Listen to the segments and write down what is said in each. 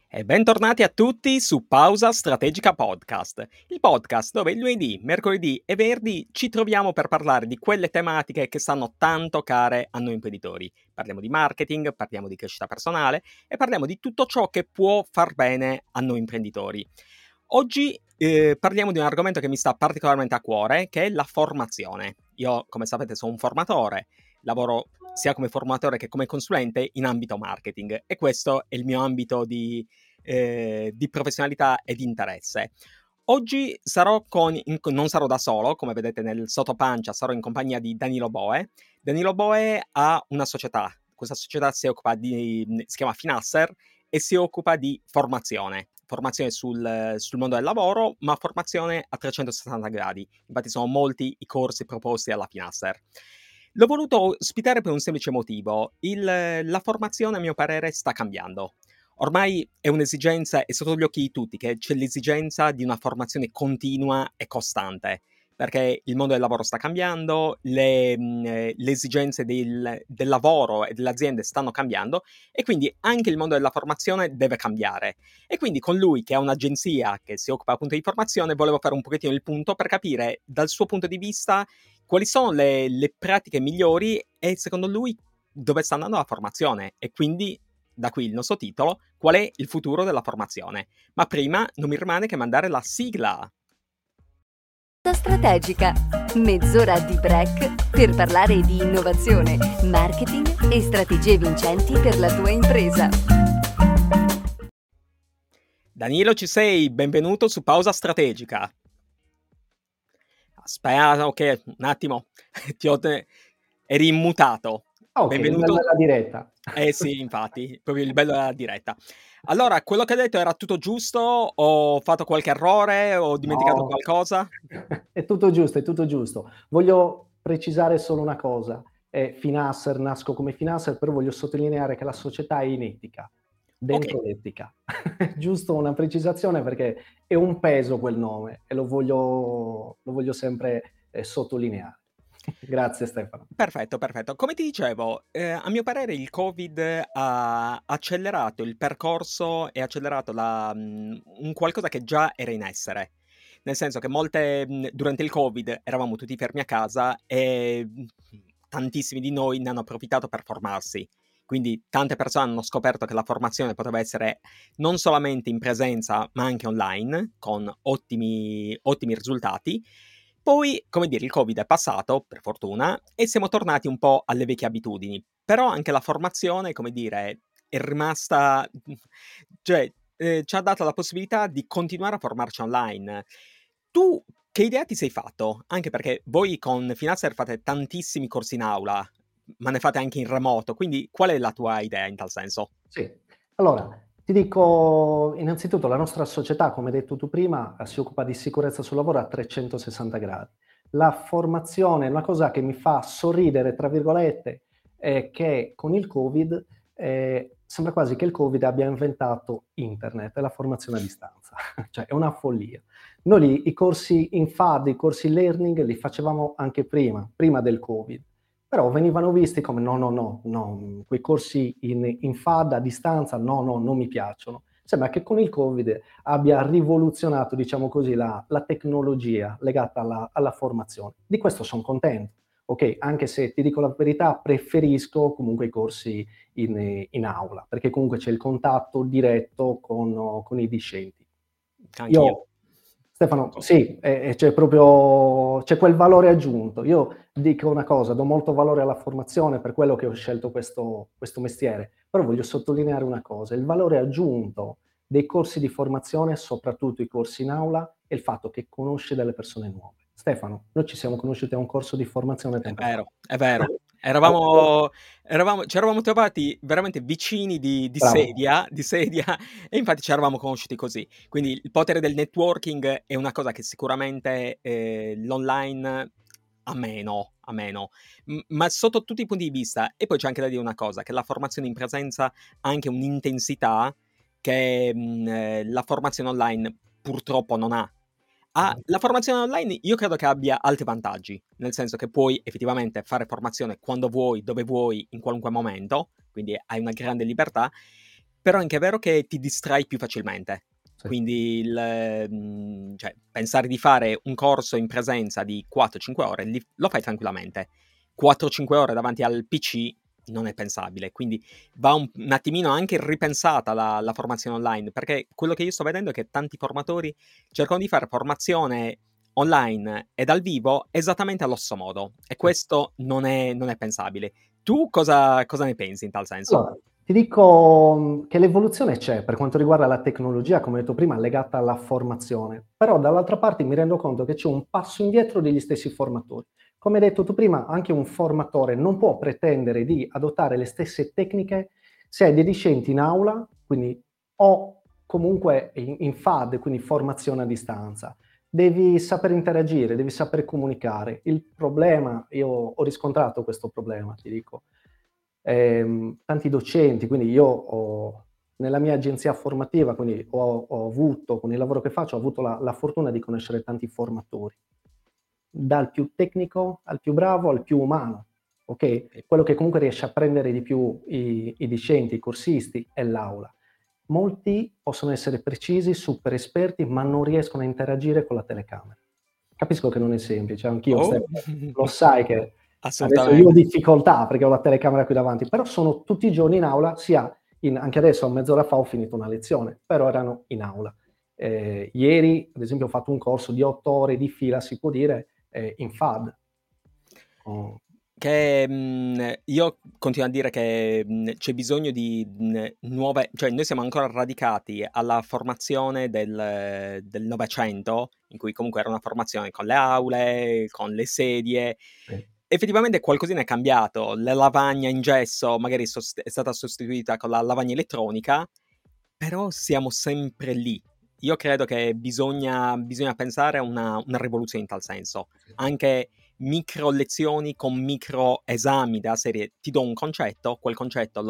E bentornati a tutti su Pausa Strategica Podcast, il podcast dove il lunedì, mercoledì e venerdì ci troviamo per parlare di quelle tematiche che stanno tanto care a noi imprenditori. Parliamo di marketing, parliamo di crescita personale e parliamo di tutto ciò che può far bene a noi imprenditori. Oggi parliamo di un argomento che mi sta particolarmente a cuore, che è la formazione. Io, come sapete, sono un formatore, lavoro sia come formatore che come consulente in ambito marketing e questo è il mio ambito di professionalità e di interesse. Oggi non sarò da solo, come vedete nel sottopancia, sarò in compagnia di Danilo Boe. Danilo Boe ha una società, questa società si chiama Finasser e si occupa di formazione sul mondo del lavoro, ma formazione a 360 gradi. Infatti sono molti i corsi proposti dalla Finasser. L'ho voluto ospitare per un semplice motivo. La formazione, a mio parere, sta cambiando. Ormai è un'esigenza, è sotto gli occhi di tutti, che c'è l'esigenza di una formazione continua e costante, perché il mondo del lavoro sta cambiando, le esigenze del lavoro e delle aziende stanno cambiando e quindi anche il mondo della formazione deve cambiare. E quindi con lui, che ha un'agenzia che si occupa appunto di formazione, volevo fare un pochettino il punto per capire dal suo punto di vista quali sono le pratiche migliori e secondo lui dove sta andando la formazione e quindi da qui il nostro titolo, qual è il futuro della formazione. Ma prima non mi rimane che mandare la sigla. Strategica, mezz'ora di break per parlare di innovazione, marketing e strategie vincenti per la tua impresa. Danilo, ci sei? Benvenuto su Pausa Strategica. Aspetta, ok, un attimo, eri immutato. Ok, Benvenuto. il bello della diretta. Sì, infatti, proprio il bello della diretta. Allora, quello che hai detto era tutto giusto? Ho fatto qualche errore? Ho dimenticato qualcosa? È tutto giusto, è tutto giusto. Voglio precisare solo una cosa. Finasser, nasco come Finasser, però voglio sottolineare che la società è in etica, dentro l'etica. Giusto una precisazione perché è un peso quel nome e lo voglio sempre sottolineare. Grazie Stefano. Perfetto. Come ti dicevo, a mio parere il Covid ha accelerato il percorso e ha accelerato un qualcosa che già era in essere. Nel senso che durante il Covid eravamo tutti fermi a casa e tantissimi di noi ne hanno approfittato per formarsi. Quindi tante persone hanno scoperto che la formazione poteva essere non solamente in presenza, ma anche online, con ottimi risultati. Poi, come dire, il Covid è passato, per fortuna, e siamo tornati un po' alle vecchie abitudini. Però anche la formazione, come dire, è rimasta... cioè, ci ha dato la possibilità di continuare a formarci online. Tu che idea ti sei fatto? Anche perché voi con Finasser fate tantissimi corsi in aula, ma ne fate anche in remoto, quindi qual è la tua idea in tal senso? Sì, allora ti dico innanzitutto la nostra società, come hai detto tu prima, si occupa di sicurezza sul lavoro a 360 gradi. La formazione è una cosa che mi fa sorridere, tra virgolette, è che con il Covid sembra quasi che il Covid abbia inventato internet e la formazione a distanza, cioè è una follia. Noi i corsi in FAD, i corsi learning li facevamo anche prima del Covid. Però venivano visti come no, quei corsi in FAD a distanza, no, non mi piacciono. Sembra che con il Covid abbia rivoluzionato, diciamo così, la tecnologia legata alla formazione. Di questo sono contento, ok? Anche se ti dico la verità, preferisco comunque i corsi in aula, perché comunque c'è il contatto diretto con i discenti. Anch'io. Stefano, sì, c'è quel valore aggiunto. Io dico una cosa, do molto valore alla formazione per quello che ho scelto questo mestiere, però voglio sottolineare una cosa, il valore aggiunto dei corsi di formazione, soprattutto i corsi in aula, è il fatto che conosci delle persone nuove. Stefano, noi ci siamo conosciuti a un corso di formazione tempo fa. È vero. Ci eravamo trovati veramente vicini di Bravo. sedia e infatti ci eravamo conosciuti così. Quindi il potere del networking è una cosa che sicuramente l'online ha meno. Ma sotto tutti i punti di vista. E poi c'è anche da dire una cosa, che la formazione in presenza ha anche un'intensità che la formazione online purtroppo non ha. La formazione online io credo che abbia altri vantaggi, nel senso che puoi effettivamente fare formazione quando vuoi, dove vuoi, in qualunque momento, quindi hai una grande libertà, però è anche vero che ti distrai più facilmente. Sì. Quindi cioè, pensare di fare un corso in presenza di 4-5 ore lo fai tranquillamente. 4-5 ore davanti al PC non è pensabile. Quindi va un attimino anche ripensata la formazione online, perché quello che io sto vedendo è che tanti formatori cercano di fare formazione online e dal vivo esattamente allo stesso modo, e questo non è pensabile. Tu cosa ne pensi in tal senso? Allora, ti dico che l'evoluzione c'è per quanto riguarda la tecnologia, come ho detto prima, legata alla formazione, però dall'altra parte mi rendo conto che c'è un passo indietro degli stessi formatori. Come hai detto tu prima, anche un formatore non può pretendere di adottare le stesse tecniche se hai dei discenti in aula, quindi o comunque in FAD, quindi formazione a distanza. Devi saper interagire, devi saper comunicare. Il problema, io ho riscontrato questo problema, ti dico. Tanti docenti, quindi io ho nella mia agenzia formativa, quindi ho avuto, con il lavoro che faccio, ho avuto la fortuna di conoscere tanti formatori, dal più tecnico al più bravo al più umano, okay? Quello che comunque riesce a prendere di più i discenti, i corsisti è l'aula. Molti possono essere precisi, super esperti, ma non riescono a interagire con la telecamera. Capisco che non è semplice, anch'io Oh, Stefano, lo sai che adesso io ho assolutamente. difficoltà perché ho la telecamera qui davanti, però sono tutti i giorni in aula, anche adesso mezz'ora fa ho finito una lezione, però erano in aula. Ieri, ad esempio, ho fatto un corso di 8 ore di fila, si può dire, in FAD. Oh, Che io continuo a dire che c'è bisogno di nuove, cioè noi siamo ancora radicati alla formazione del Novecento, in cui comunque era una formazione con le aule, con le sedie. sì, Effettivamente qualcosina è cambiato, la lavagna in gesso magari è stata sostituita con la lavagna elettronica, però siamo sempre lì. Io credo che bisogna pensare a una rivoluzione in tal senso. sì, Anche micro lezioni con micro esami della serie: ti do un concetto, quel concetto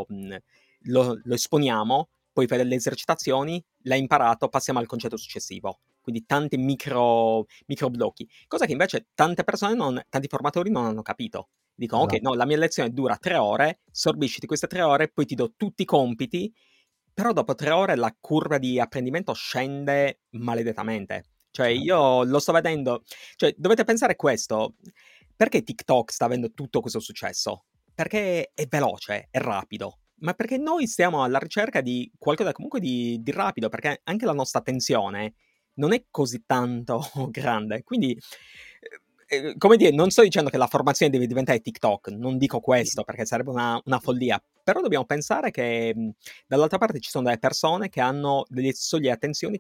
lo esponiamo, poi fai delle esercitazioni, l'hai imparato, passiamo al concetto successivo. Quindi tanti micro blocchi, cosa che invece tante persone, tanti formatori non hanno capito. Dicono: ok, esatto. no, la mia lezione dura 3 ore, sorbisciti queste 3 ore, poi ti do tutti i compiti, però dopo 3 ore la curva di apprendimento scende maledettamente. Cioè, Certo. io lo sto vedendo. Cioè, dovete pensare questo: perché TikTok sta avendo tutto questo successo? Perché è veloce, è rapido, ma perché noi stiamo alla ricerca di qualcosa comunque di rapido, perché anche la nostra attenzione non è così tanto grande. Quindi, come dire, non sto dicendo che la formazione deve diventare TikTok, non dico questo perché sarebbe una follia, però dobbiamo pensare che dall'altra parte ci sono delle persone che hanno delle soglie di attenzioni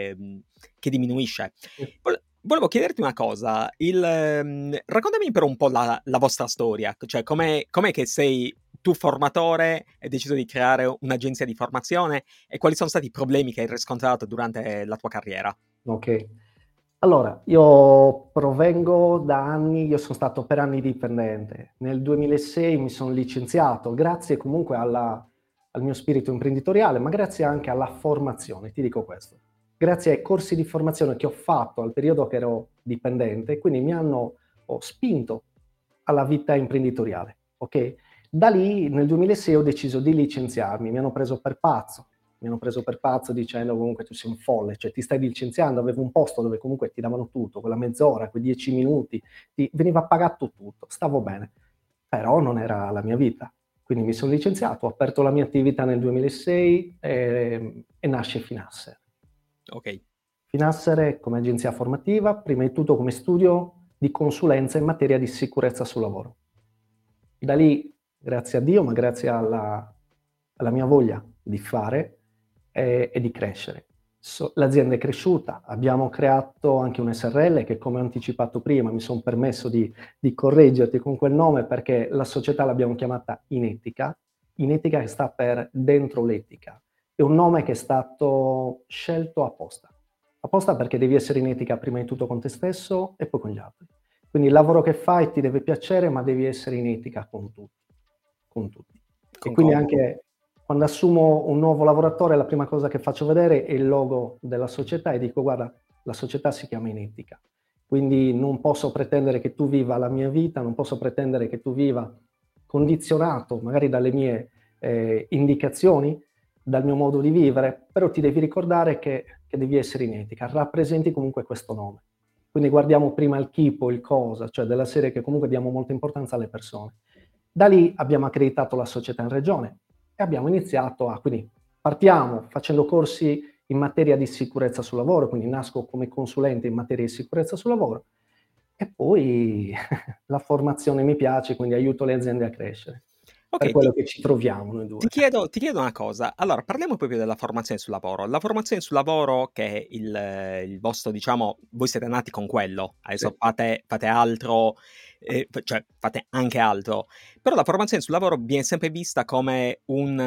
che diminuisce. Volevo chiederti una cosa, raccontami per un po' la vostra storia, cioè com'è che sei tu formatore, hai deciso di creare un'agenzia di formazione, e quali sono stati i problemi che hai riscontrato durante la tua carriera? Okay. Allora, io provengo da anni, io son stato per anni dipendente. Nel 2006 mi son licenziato, grazie comunque al mio spirito imprenditoriale, ma grazie anche alla formazione, ti dico questo. Grazie ai corsi di formazione che ho fatto al periodo che ero dipendente, quindi ho spinto alla vita imprenditoriale, okay? Da lì nel 2006 ho deciso di licenziarmi, mi hanno preso per pazzo. Mi hanno preso per pazzo dicendo comunque: "Tu sei un folle, cioè ti stai licenziando". Avevo un posto dove comunque ti davano tutto, quella mezz'ora, quei 10 minuti, ti veniva pagato tutto, stavo bene, però non era la mia vita. Quindi mi son licenziato, ho aperto la mia attività nel 2006, e nasce Finasser. Ok. Finasser come agenzia formativa, prima di tutto come studio di consulenza in materia di sicurezza sul lavoro. Da lì, grazie a Dio, ma grazie alla mia voglia di fare e di crescere. L'azienda è cresciuta, abbiamo creato anche un SRL che, come ho anticipato prima, mi son permesso di correggerti con quel nome perché la società l'abbiamo chiamata Inetica. Inetica che sta per dentro l'etica. È un nome che è stato scelto apposta. Apposta perché devi essere in etica prima di tutto con te stesso e poi con gli altri. Quindi il lavoro che fai ti deve piacere, ma devi essere in etica con tutti, con tutti. E quindi Concordo. anche quando assumo un nuovo lavoratore, la prima cosa che faccio vedere è il logo della società e dico: "Guarda, la società si chiama Inetica, quindi non posso pretendere che tu viva la mia vita, non posso pretendere che tu viva condizionato magari dalle mie, indicazioni, dal mio modo di vivere, però ti devi ricordare che devi essere in etica, rappresenti comunque questo nome. Quindi guardiamo prima il chi, poi il cosa, cioè della serie che comunque diamo molta importanza alle persone. Da lì abbiamo accreditato la società in regione e abbiamo iniziato quindi partiamo facendo corsi in materia di sicurezza sul lavoro, quindi nasco come consulente in materia di sicurezza sul lavoro e poi la formazione mi piace, quindi aiuto le aziende a crescere. Per Ok, quello che ci troviamo noi ti due. chiedo una cosa. Allora, parliamo proprio della formazione sul lavoro. La formazione sul lavoro, che è il vostro, diciamo, voi siete nati con quello, adesso Sì. fate altro, cioè fate anche altro, però la formazione sul lavoro viene sempre vista come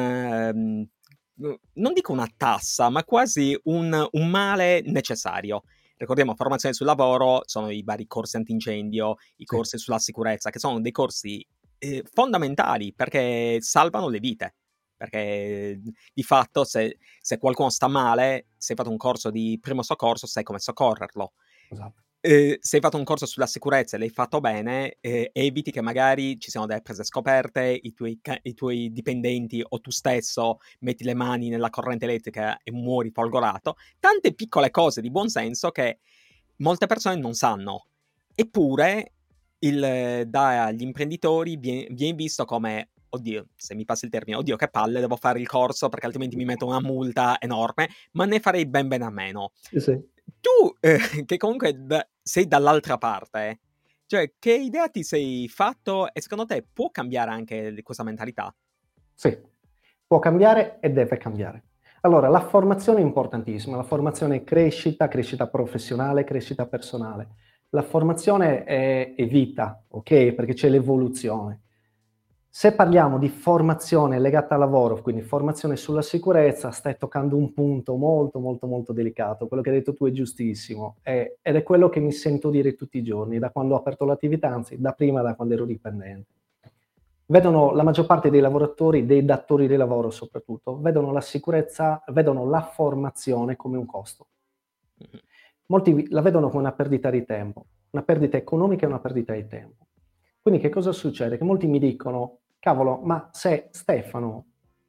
non dico una tassa, ma quasi un male necessario. Ricordiamo, formazione sul lavoro sono i vari corsi antincendio, i Sì. corsi sulla sicurezza, che sono dei corsi fondamentali perché salvano le vite. Perché di fatto se qualcuno sta male, se hai fatto un corso di primo soccorso, sai come soccorrerlo. Esatto. Se hai fatto un corso sulla sicurezza e l'hai fatto bene, eviti che magari ci siano delle prese scoperte, i tuoi dipendenti o tu stesso metti le mani nella corrente elettrica e muori folgorato. Tante piccole cose di buon senso che molte persone non sanno. Eppure dagli imprenditori viene visto come, oddio, se mi passi il termine, oddio che palle, devo fare il corso perché altrimenti mi metto una multa enorme, ma ne farei ben bene a meno. Sì, sì. Tu, che comunque sei dall'altra parte, cioè che idea ti sei fatto e secondo te può cambiare anche questa mentalità? Sì, può cambiare e deve cambiare. Allora, la formazione è importantissima, la formazione è crescita professionale, crescita personale. La formazione è vita, ok? Perché c'è l'evoluzione. Se parliamo di formazione legata al lavoro, quindi formazione sulla sicurezza, stai toccando un punto molto, molto, molto delicato. Quello che hai detto tu è giustissimo ed è quello che mi sento dire tutti i giorni, da quando ho aperto l'attività, anzi da prima, da quando ero dipendente. Vedono la maggior parte dei lavoratori, dei datori di lavoro soprattutto, vedono la sicurezza, vedono la formazione come un costo. Mhm. Molti la vedono come una perdita di tempo, una perdita economica e una perdita di tempo. Quindi che cosa succede? Che molti mi dicono: "Cavolo, ma se Stefano,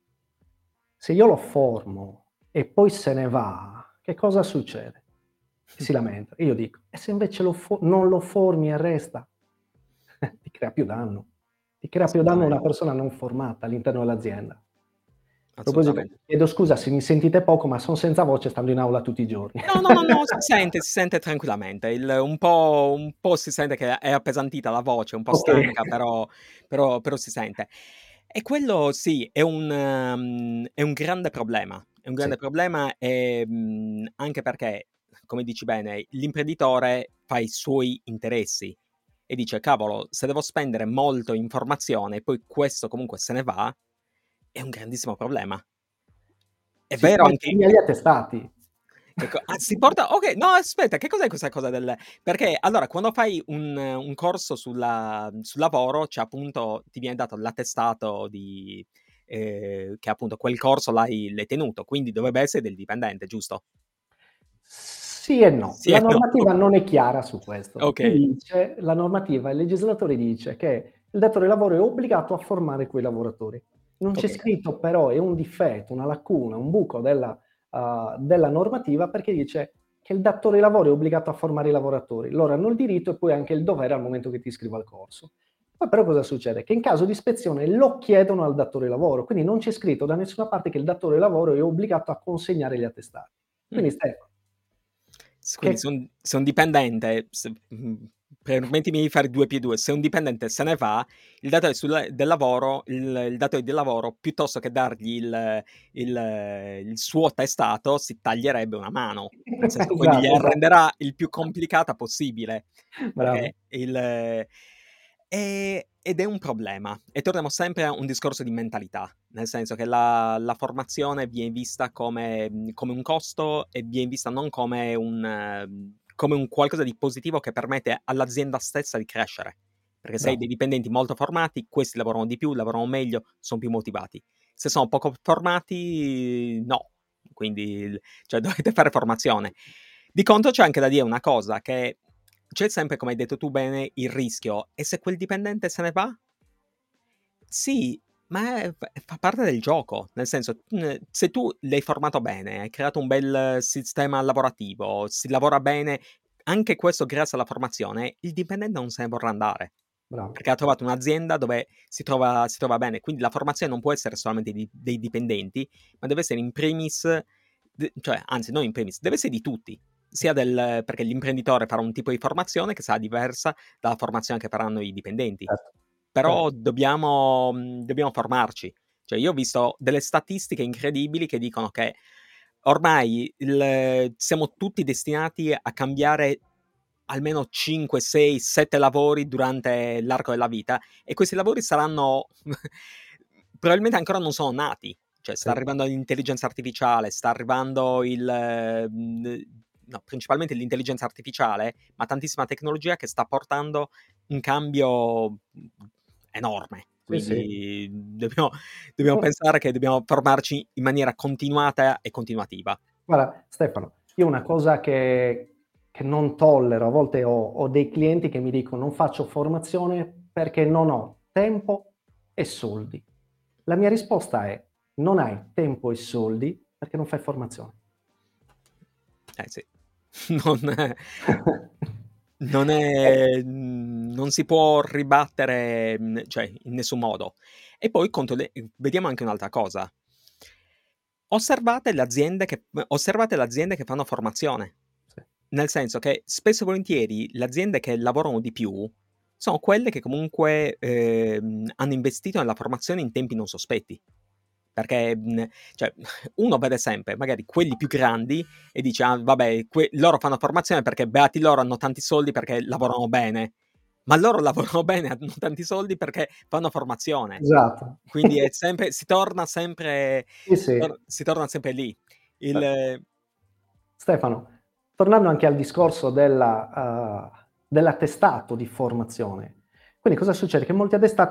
se io lo formo e poi se ne va, che cosa succede?" E si lamenta. E io dico: "E se invece non lo formi e resta?" Ti crea più danno. Ti crea più danno una Assolutamente, persona non formata all'interno dell'azienda. A proposito, assolutamente. chiedo scusa se mi sentite poco, ma son senza voce stando in aula tutti i giorni. No, no, no, no, si sente tranquillamente. Un po' si sente che è appesantita la voce, un po' Okay. stanca, però si sente. E quello sì, è un grande problema. È un Sì, grande problema, anche perché, come dici bene, l'imprenditore fa i suoi interessi e dice: "Cavolo, se devo spendere molto in formazione e poi questo comunque se ne va, è un grandissimo problema." È si vero porta anche via gli attestati. si porta, okay, no aspetta, che cos'è questa cosa del perché allora quando fai un corso sul lavoro, cioè appunto ti viene dato l'attestato di che appunto quel corso l'hai tenuto, quindi dovrebbe essere del dipendente, giusto? Sì e no. Sì La e no, normativa non è chiara su questo. Ti okay, dice la normativa, il legislatore dice che il datore di lavoro è obbligato a formare quei lavoratori. Non c'è okay. scritto però, è un difetto, una lacuna, un buco della normativa perché dice che il datore di lavoro è obbligato a formare i lavoratori. Loro hanno il diritto e poi anche il dovere al momento che ti iscrivo al corso. Poi però cosa succede? Che in caso di ispezione lo chiedono al datore di lavoro, quindi non c'è scritto da nessuna parte che il datore di lavoro è obbligato a consegnare gli attestati. Mh. Quindi Stefano, Quindi che se un dipendente permettimi di fare 2 più 2, se un dipendente se ne va, il datore del lavoro piuttosto che dargli il suo attestato si taglierebbe una mano, nel senso quindi esatto, gliela esatto. renderà il più complicata possibile, Bravo. perché ed è un problema. E torniamo sempre a un discorso di mentalità, nel senso che la formazione viene vista come un costo e viene vista non come un qualcosa di positivo che permette all'azienda stessa di crescere. Perché se hai Bravo. dei dipendenti molto formati, questi lavorano di più, lavorano meglio, son più motivati. Se sono poco formati, no. Quindi cioè dovete fare formazione. Di contro c'è anche da dire una cosa, che c'è sempre, come hai detto tu bene, il rischio: e se quel dipendente se ne va? Sì, Ma fa parte del gioco, nel senso, se tu l'hai formato bene, hai creato un bel sistema lavorativo, si lavora bene, anche questo grazie alla formazione, il dipendente non se ne vorrà andare, Bravo. perché ha trovato un'azienda dove si trova bene. Quindi la formazione non può essere solamente dei dipendenti, ma deve essere in primis, cioè anzi non in primis, deve essere di tutti, sia perché l'imprenditore farà un tipo di formazione che sarà diversa dalla formazione che faranno i dipendenti. Certo, Però certo. dobbiamo formarci. Cioè io ho visto delle statistiche incredibili che dicono che ormai siamo tutti destinati a cambiare almeno 5, 6, 7 lavori durante l'arco della vita, e questi lavori saranno probabilmente ancora non sono nati. Cioè sta Sì. arrivando l'intelligenza artificiale, sta arrivando no, principalmente l'intelligenza artificiale, ma tantissima tecnologia che sta portando un cambio enorme. Sì, sì. Quindi dobbiamo pensare che dobbiamo formarci in maniera continuata e continuativa. Guarda, Stefano, io una cosa che non tollero, a volte ho dei clienti che mi dicono: "Non faccio formazione perché non ho tempo e soldi". La mia risposta è: non hai tempo e soldi perché non fai formazione. Eh sì. Non Eh, non si può ribattere, cioè in nessun modo. E poi vediamo anche un'altra cosa. Osservate le aziende che fanno formazione. sì, Nel senso che spesso e volentieri le aziende che lavorano di più sono quelle che comunque, hanno investito nella formazione in tempi non sospetti. Perché, cioè, uno vede sempre magari quelli più grandi e dice: "Ah vabbè, loro fanno formazione perché beati loro, hanno tanti soldi perché lavorano bene". Ma loro lavorano bene, hanno tanti soldi perché fanno formazione. esatto. Quindi è sempre Sì, sì. si torna sempre lì. Eh, Il Stefano, tornando anche al discorso dell'attestato di formazione. Quindi cosa succede? Che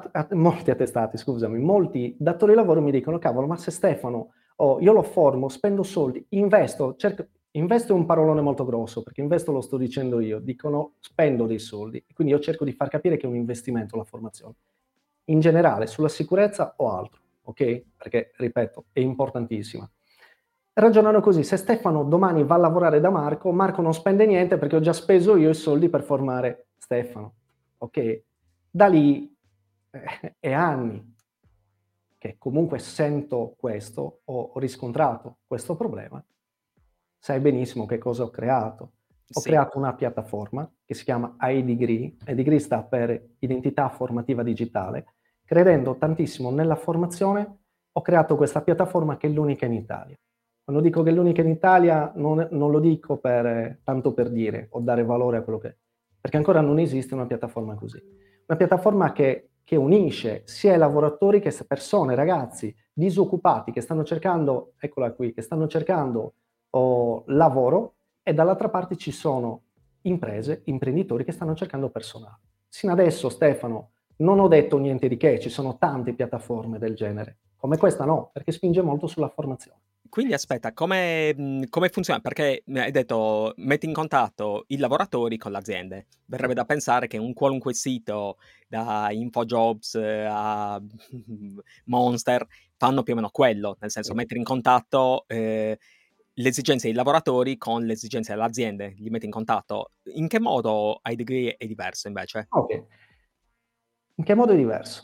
molti datori di lavoro mi dicono: "Cavolo, ma se Stefano, io lo formo, spendo soldi, investo è un parolone molto grosso, perché investo lo sto dicendo io, dicono spendo dei soldi". E quindi io cerco di far capire che è un investimento la formazione. In generale, sulla sicurezza o altro, okay, perché ripeto, è importantissima. Ragionano così: se Stefano domani va a lavorare da Marco, Marco non spende niente perché ho già speso io i soldi per formare Stefano, okay? Da lì, è anni che comunque sento questo, ho riscontrato questo problema. Sai benissimo che cosa ho creato. Ho sì, creato una piattaforma che si chiama iDegree, e Degree sta per Identità Formativa Digitale. Credendo tantissimo nella formazione, ho creato questa piattaforma che è l'unica in Italia. Quando dico che è l'unica in Italia non lo dico tanto per dire o dare valore a quello che è, perché ancora non esiste una piattaforma così. Una piattaforma che unisce sia i lavoratori che persone, ragazzi disoccupati che stanno cercando, eccola qui, che stanno cercando lavoro, e dall'altra parte ci sono imprese, imprenditori che stanno cercando personale. Sino adesso, Stefano, non ho detto niente di che, ci sono tante piattaforme del genere. Come questa no, perché spinge molto sulla formazione. quindi aspetta, come funziona? Perché hai detto metti in contatto i lavoratori con le aziende. Sì, Verrebbe da pensare che un qualunque sito, da InfoJobs a Monster, fanno più o meno quello, nel senso sì. mettere in contatto, le esigenze dei lavoratori con le esigenze delle aziende, li metti in contatto. In che modo iDegree è diverso invece? Okay. In che modo è diverso?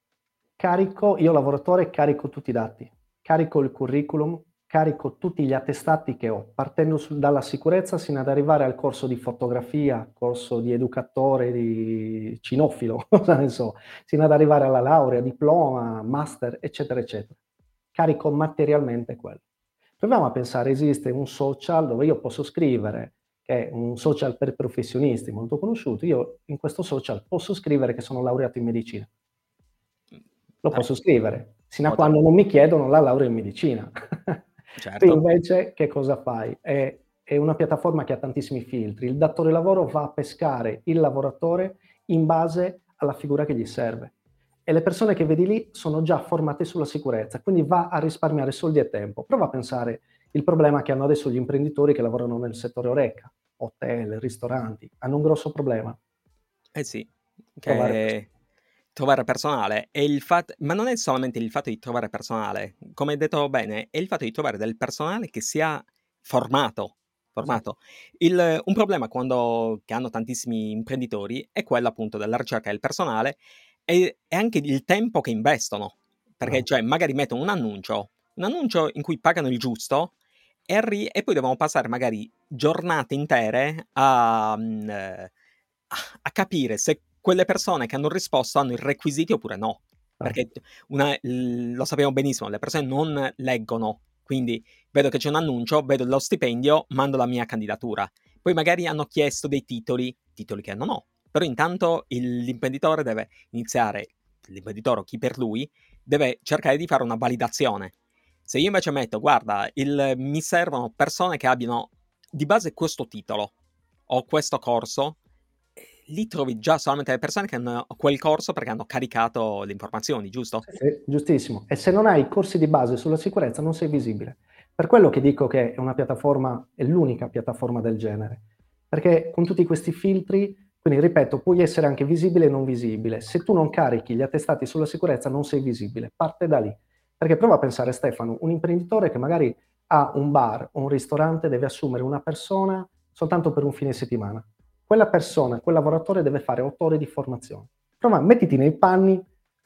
Io lavoratore carico tutti i dati, carico il curriculum, carico tutti gli attestati che ho, partendo dalla sicurezza sino ad arrivare al corso di fotografia, corso di educatore, di cinofilo, cosa ne so, sino ad arrivare alla laurea, diploma, master, eccetera, eccetera. Carico materialmente quello. Proviamo a pensare, esiste un social dove io posso scrivere, che è un social per professionisti molto conosciuto, io in questo social posso scrivere che sono laureato in medicina. Lo Vabbè, posso scrivere, sino a pote quando non mi chiedono la laurea in medicina. Qui certo. invece che cosa fai? È una piattaforma che ha tantissimi filtri. Il datore di lavoro va a pescare il lavoratore in base alla figura che gli serve. E le persone che vedi lì sono già formate sulla sicurezza, quindi va a risparmiare soldi e tempo. Prova a pensare il problema che hanno adesso gli imprenditori che lavorano nel settore Horeca, hotel, ristoranti, hanno un grosso problema. Eh sì, Trovare persone. che trovare personale è il fatto, ma non è solamente il fatto di trovare personale, come hai detto bene, è il fatto di trovare del personale che sia formato. Esatto. Un problema che hanno tantissimi imprenditori è quello appunto della ricerca del personale e anche il tempo che investono, perché Bravo. cioè magari mettono un annuncio in cui pagano il giusto e poi devono passare magari giornate intere a capire se quelle persone che hanno risposto hanno i requisiti oppure no. Bravo. Perché lo sappiamo benissimo, le persone non leggono, quindi vedo che c'è un annuncio, vedo lo stipendio, mando la mia candidatura. Poi magari hanno chiesto dei titoli che non ho. Però intanto l'imprenditore deve iniziare, l'imprenditore o chi per lui, deve cercare di fare una validazione. Se io invece metto, guarda, mi servono persone che abbiano di base questo titolo o questo corso, lì trovi già solamente le persone che hanno quel corso perché hanno caricato le informazioni, giusto? Sì, sì, giustissimo. E se non hai corsi di base sulla sicurezza non sei visibile. Per quello che dico che è una piattaforma, è l'unica piattaforma del genere. Perché con tutti questi filtri, quindi ripeto, puoi essere anche visibile e non visibile. Se tu non carichi gli attestati sulla sicurezza non sei visibile. Parte da lì. Perché prova a pensare, Stefano, un imprenditore che magari ha un bar o un ristorante deve assumere una persona soltanto per un fine settimana. Quella persona, quel lavoratore deve fare 8 ore di formazione. Prova, mettiti nei panni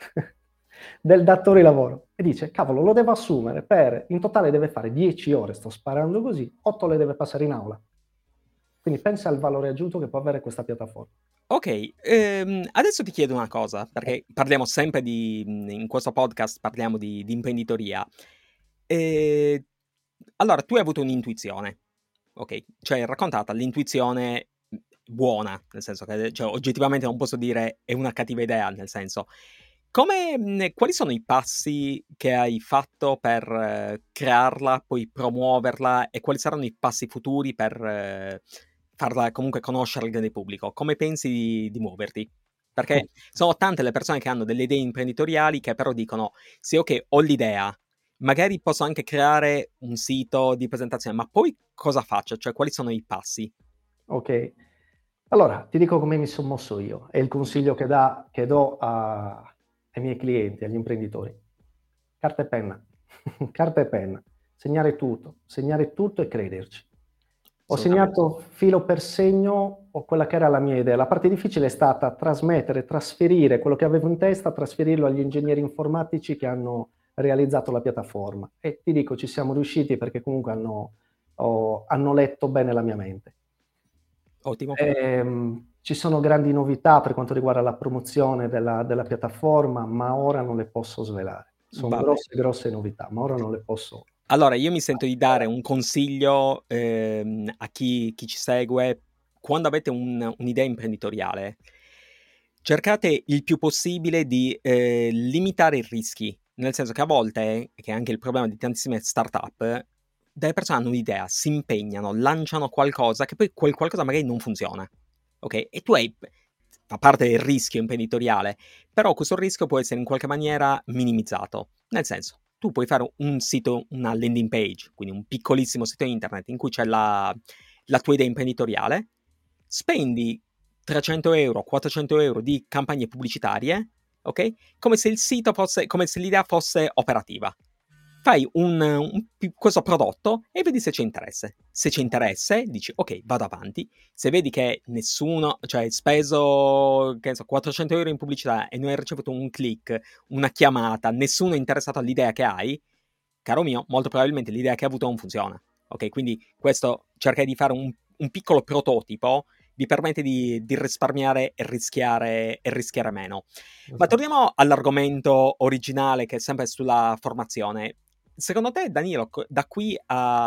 del datore di lavoro e dice, cavolo, lo devo assumere in totale deve fare 10 ore, sto sparando così, 8 le deve passare in aula. Quindi pensa al valore aggiunto che può avere questa piattaforma. Ok, adesso ti chiedo una cosa, perché parliamo sempre in questo podcast parliamo di imprenditoria. E, allora, tu hai avuto un'intuizione, ok? Cioè, raccontata l'intuizione buona, nel senso che cioè, oggettivamente non posso dire è una cattiva idea, nel senso, quali sono i passi che hai fatto per crearla, poi promuoverla e quali saranno i passi futuri per farla comunque conoscere al grande pubblico? Come pensi di muoverti? Perché sono tante le persone che hanno delle idee imprenditoriali che però dicono, sì, ok, ho l'idea, magari posso anche creare un sito di presentazione, ma poi cosa faccio? Cioè, quali sono i passi? Ok, allora ti dico come mi sono mosso io, è il consiglio che do ai miei clienti, agli imprenditori. Carta e penna, carta e penna, segnare tutto e crederci. Ho Assolutamente. segnato filo per segno o quella che era la mia idea. La parte difficile è stata trasmettere, trasferire quello che avevo in testa, trasferirlo agli ingegneri informatici che hanno realizzato la piattaforma. E ti dico, ci siamo riusciti perché comunque hanno letto bene la mia mente. Ottimo. Ci sono grandi novità per quanto riguarda la promozione della piattaforma, ma ora non le posso svelare. Sono Vabbè. grosse novità, ma ora non le posso. Allora, io mi sento di dare un consiglio a chi ci segue. Quando avete un'idea imprenditoriale, cercate il più possibile di limitare i rischi, nel senso che a volte, che è anche il problema di tantissime startup, delle persone hanno un'idea, si impegnano, lanciano qualcosa che poi quel qualcosa magari non funziona. Ok? E fa parte del rischio imprenditoriale, però questo rischio può essere in qualche maniera minimizzato. Nel senso, tu puoi fare un sito, una landing page, quindi un piccolissimo sito internet in cui c'è la tua idea imprenditoriale, spendi 300 euro, 400 euro di campagne pubblicitarie, ok? Come se il sito fosse, come se l'idea fosse operativa. Fai questo prodotto e vedi se c'è interesse. Se c'è interesse, dici ok, vado avanti. Se vedi che nessuno, cioè hai speso, che ne so, 400 euro in pubblicità e non hai ricevuto un click, una chiamata, nessuno è interessato all'idea che hai, caro mio, molto probabilmente l'idea che hai avuto non funziona. Ok, quindi questo cerca di fare un piccolo prototipo vi permette di risparmiare e rischiare meno. Ma Esatto. torniamo all'argomento originale che è sempre sulla formazione. Secondo te, Danilo, da qui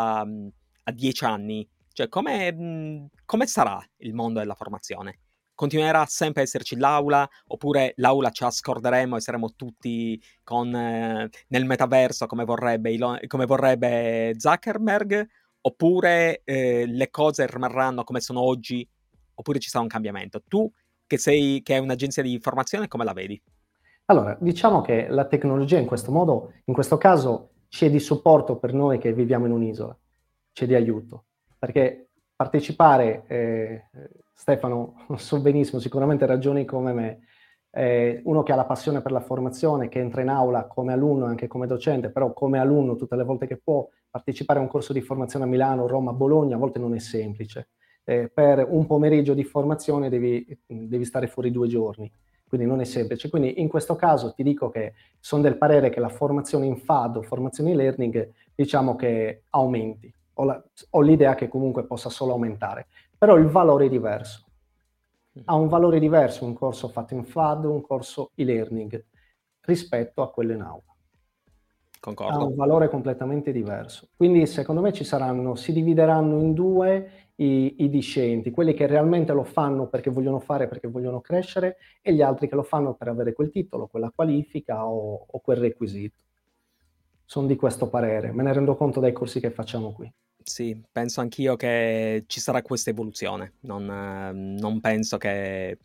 a 10 anni, cioè come sarà il mondo della formazione? Continuerà sempre a esserci l'aula, oppure l'aula ce la scorderemo e saremo tutti nel metaverso come vorrebbe Zuckerberg, oppure le cose rimarranno come sono oggi, oppure ci sarà un cambiamento? Tu, che hai un'agenzia di formazione, come la vedi? Allora, diciamo che la tecnologia in questo caso c'è di supporto per noi che viviamo in un'isola, c'è di aiuto, perché partecipare, Stefano, so benissimo, sicuramente ragioni come me, uno che ha la passione per la formazione, che entra in aula come alunno e anche come docente, però come alunno tutte le volte che può partecipare a un corso di formazione a Milano, Roma, Bologna, a volte non è semplice. Per un pomeriggio di formazione devi stare fuori 2 giorni, quindi non è semplice. Quindi in questo caso ti dico che sono del parere che la formazione in FAD o formazione in learning, diciamo che aumenti. Ho l'idea che comunque possa solo aumentare, però il valore è diverso. Ha un valore diverso un corso fatto in FAD, un corso e-learning, rispetto a quello in aula. Concordo. Ha un valore completamente diverso. Quindi secondo me si divideranno in due i discenti, quelli che realmente lo fanno perché vogliono crescere, e gli altri che lo fanno per avere quel titolo, quella qualifica o quel requisito. Sono di questo parere, me ne rendo conto dai corsi che facciamo qui. Sì, penso anch'io che ci sarà questa evoluzione. Non penso che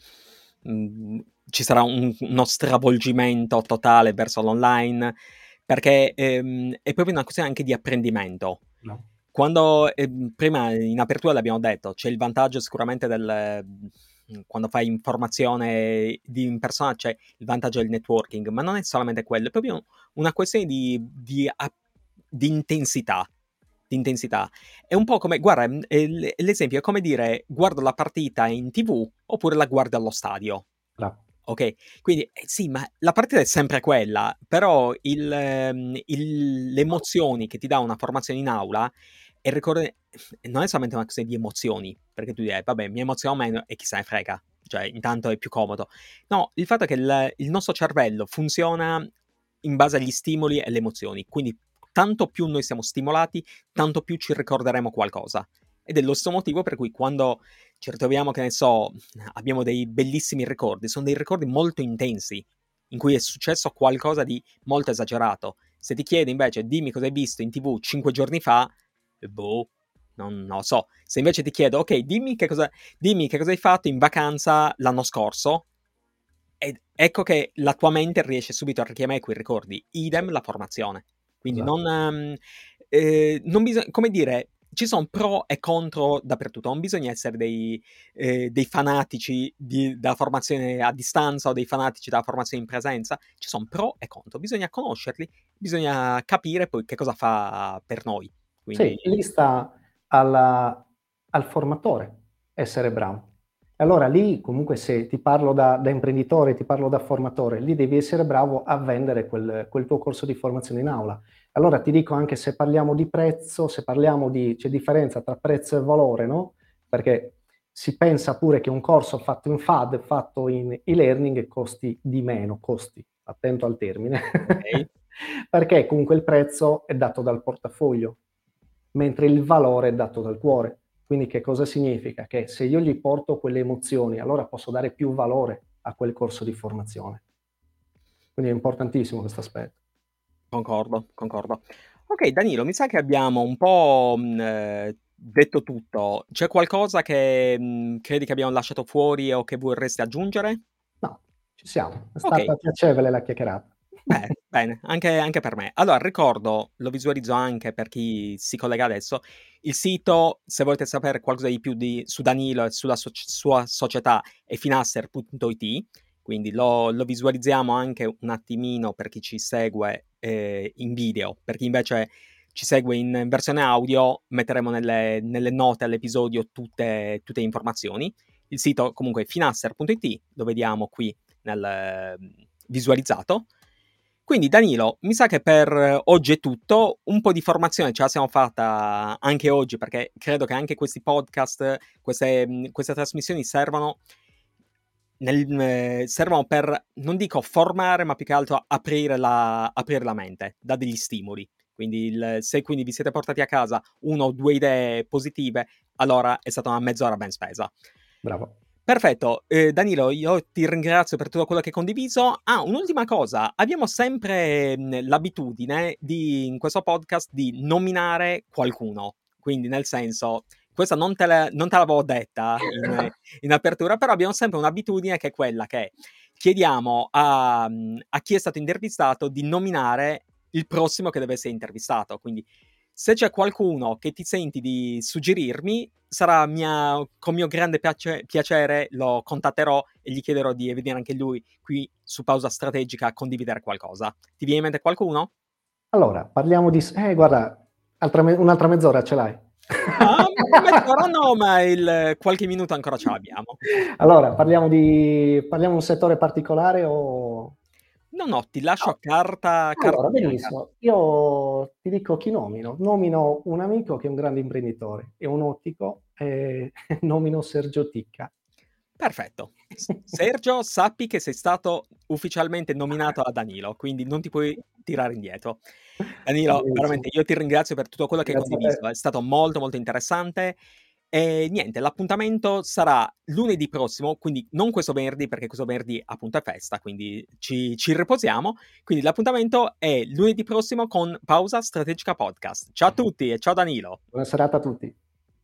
ci sarà uno stravolgimento totale verso l'online, perché è proprio una questione anche di apprendimento. No. Quando prima in apertura l'abbiamo detto, c'è il vantaggio sicuramente quando fai informazione in persona, c'è il vantaggio del networking, ma non è solamente quello, è proprio una questione di intensità. Di intensità. È un po' come, guarda, l'esempio è come dire guardo la partita in TV oppure la guardo allo stadio. No. Ok, quindi sì, ma la partita è sempre quella, però le emozioni che ti dà una formazione in aula non è solamente una questione di emozioni, perché tu dici, vabbè, mi emoziona meno e chi se ne frega, cioè intanto è più comodo. No, il fatto è che il nostro cervello funziona in base agli stimoli e alle emozioni, quindi tanto più noi siamo stimolati, tanto più ci ricorderemo qualcosa. Ed è lo stesso motivo per cui quando ci ritroviamo, che ne so, abbiamo dei bellissimi ricordi, sono dei ricordi molto intensi, in cui è successo qualcosa di molto esagerato. Se ti chiedi invece, dimmi cosa hai visto in TV 5 giorni fa, boh, non lo so. Se invece ti chiedo, ok, dimmi che cosa hai fatto in vacanza l'anno scorso, ed ecco che la tua mente riesce subito a richiamare quei ricordi. Idem la formazione. Quindi Esatto. non bisogna, come dire, ci sono pro e contro dappertutto. Non bisogna essere dei fanatici della formazione a distanza o dei fanatici della formazione in presenza. Ci sono pro e contro. Bisogna conoscerli, bisogna capire poi che cosa fa per noi. Quindi, Sì, lì sta al formatore essere bravo. E allora lì comunque, se ti parlo da imprenditore, ti parlo da formatore, lì devi essere bravo a vendere quel tuo corso di formazione in aula. Allora ti dico, anche se parliamo di prezzo, c'è differenza tra prezzo e valore, no? Perché si pensa pure che un corso fatto in FAD, fatto in e-learning, costi di meno, attento al termine, ok. perché comunque il prezzo è dato dal portafoglio, mentre il valore è dato dal cuore. Quindi che cosa significa? Che se io gli porto quelle emozioni, allora posso dare più valore a quel corso di formazione. Quindi è importantissimo questo aspetto. Concordo. Ok, Danilo, mi sa che abbiamo un po' detto tutto. C'è qualcosa che credi che abbiamo lasciato fuori o che vorresti aggiungere? No, ci siamo. È Ok, stata piacevole la chiacchierata. bene, anche per me. Allora, ricordo, lo visualizzo anche per chi si collega adesso, il sito, se volete sapere qualcosa di più su Danilo e sulla sua società, è finasser.it, quindi lo visualizziamo anche un attimino per chi ci segue in video. Per chi invece ci segue in versione audio, metteremo nelle note all'episodio tutte le informazioni. Il sito comunque è finasser.it, lo vediamo qui nel visualizzato. Quindi Danilo, mi sa che per oggi è tutto. Un po' di formazione ce la siamo fatta anche oggi, perché credo che anche questi podcast, queste trasmissioni servono per, non dico formare, ma più che altro aprire la mente, da degli stimoli. Quindi se quindi vi siete portati a casa 1 o 2 idee positive, allora è stata una mezz'ora ben spesa. Bravo. Perfetto, Danilo, io ti ringrazio per tutto quello che hai condiviso. Un'ultima cosa, abbiamo sempre l'abitudine in questo podcast di nominare qualcuno, quindi nel senso, questa non te l'avevo detta in apertura, però abbiamo sempre un'abitudine che è quella che chiediamo a chi è stato intervistato di nominare il prossimo che deve essere intervistato, quindi Se c'è qualcuno che ti senti di suggerirmi, sarà con mio grande piacere lo contatterò e gli chiederò di venire anche lui qui su Pausa Strategica a condividere qualcosa. Ti viene in mente qualcuno? Allora, parliamo di... guarda, un'altra mezz'ora ce l'hai? Mezz'ora no, ma qualche minuto ancora ce l'abbiamo. Allora, parliamo di un settore particolare o... No, ti lascio No. carta Allora, bianca. benissimo. Io ti dico chi nomino. Nomino un amico che è un grande imprenditore, è un ottico, e nomino Sergio Ticca. Perfetto. Sergio, sappi che sei stato ufficialmente nominato da Danilo, quindi non ti puoi tirare indietro. Danilo, Benissimo. veramente io ti ringrazio per tutto quello che hai Grazie a te. condiviso, è stato molto molto interessante. E niente, l'appuntamento sarà lunedì prossimo, quindi non questo venerdì, perché questo venerdì appunto è festa, quindi ci riposiamo. Quindi l'appuntamento è lunedì prossimo con Pausa Strategica Podcast. Ciao a tutti e ciao Danilo. Buona serata a tutti.